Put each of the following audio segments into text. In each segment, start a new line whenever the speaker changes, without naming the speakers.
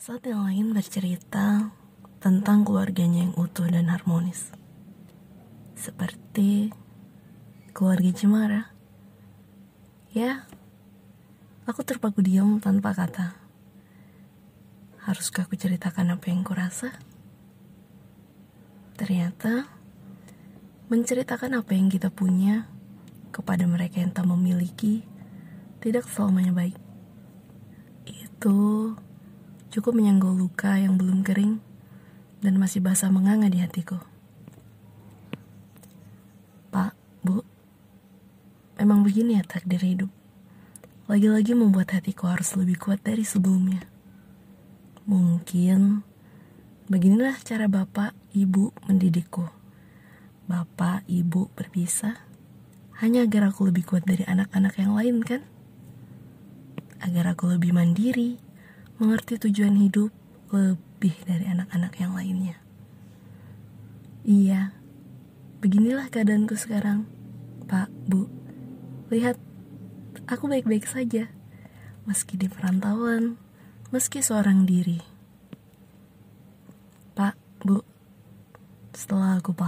Saat yang lain bercerita tentang keluarganya yang utuh dan harmonis. Seperti keluarga Cemara. Ya, aku terpaku diam tanpa kata. Haruskah aku ceritakan apa yang kurasa? Ternyata, menceritakan apa yang kita punya kepada mereka yang tak memiliki tidak selamanya baik. Itu cukup menyenggol luka yang belum kering dan masih basah menganga di hatiku. Pak, Bu, memang begini ya takdir hidup. Lagi-lagi membuat hatiku harus lebih kuat dari sebelumnya. Mungkin beginilah cara bapak, ibu mendidikku. Bapak, ibu berpisah hanya agar aku lebih kuat dari anak-anak yang lain kan? Agar aku lebih mandiri, mengerti tujuan hidup lebih dari anak-anak yang lainnya. Iya, beginilah keadaanku sekarang. Pak, Bu, lihat, aku baik-baik saja. Meski di perantauan, meski seorang diri. Pak, Bu, setelah aku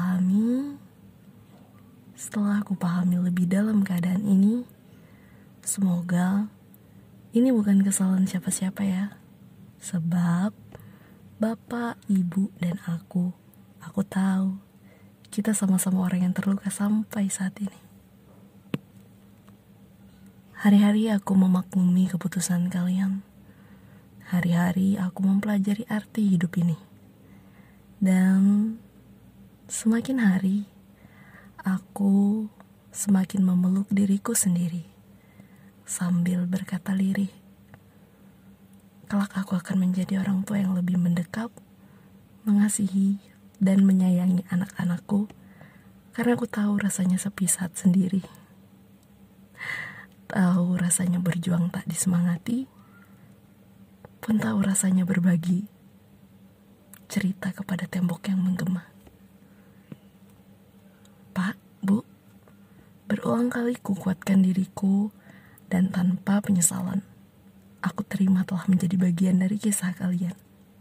pahami lebih dalam keadaan ini, semoga ini bukan kesalahan siapa-siapa ya. Sebab bapak, ibu, dan aku tahu kita sama-sama orang yang terluka sampai saat ini. Hari-hari aku memaklumi keputusan kalian. Hari-hari aku mempelajari arti hidup ini. Dan semakin hari, aku semakin memeluk diriku sendiri sambil berkata lirih, kelak aku akan menjadi orang tua yang lebih mendekap, mengasihi, dan menyayangi anak-anakku, karena aku tahu rasanya sepi saat sendiri. Tahu rasanya berjuang tak disemangati, pun tahu rasanya berbagi cerita kepada tembok yang menggema. Pak, Bu, berulang kali kukuatkan diriku, dan tanpa penyesalan, aku terima telah menjadi bagian dari kisah kalian.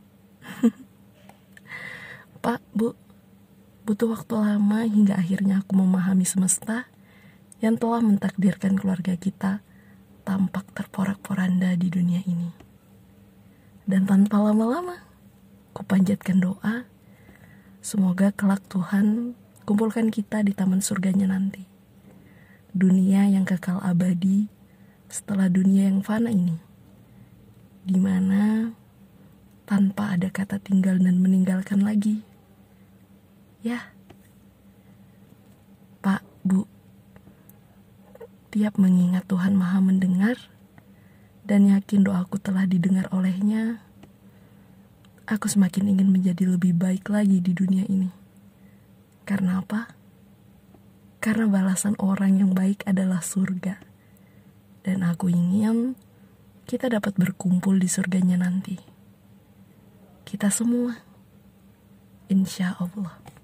Pak, Bu, butuh waktu lama hingga akhirnya aku memahami semesta yang telah mentakdirkan keluarga kita tampak terporak-poranda di dunia ini. Dan tanpa lama-lama, kupanjatkan doa, semoga kelak Tuhan kumpulkan kita di taman surganya nanti. Dunia yang kekal abadi setelah dunia yang fana ini, di mana tanpa ada kata tinggal dan meninggalkan lagi. Ya, Pak, Bu, tiap mengingat Tuhan Maha mendengar dan yakin doaku telah didengar olehnya, aku semakin ingin menjadi lebih baik lagi di dunia ini. Karena apa? Karena balasan orang yang baik adalah surga. Dan aku ingin kita dapat berkumpul di surganya nanti. Kita semua. Insya Allah.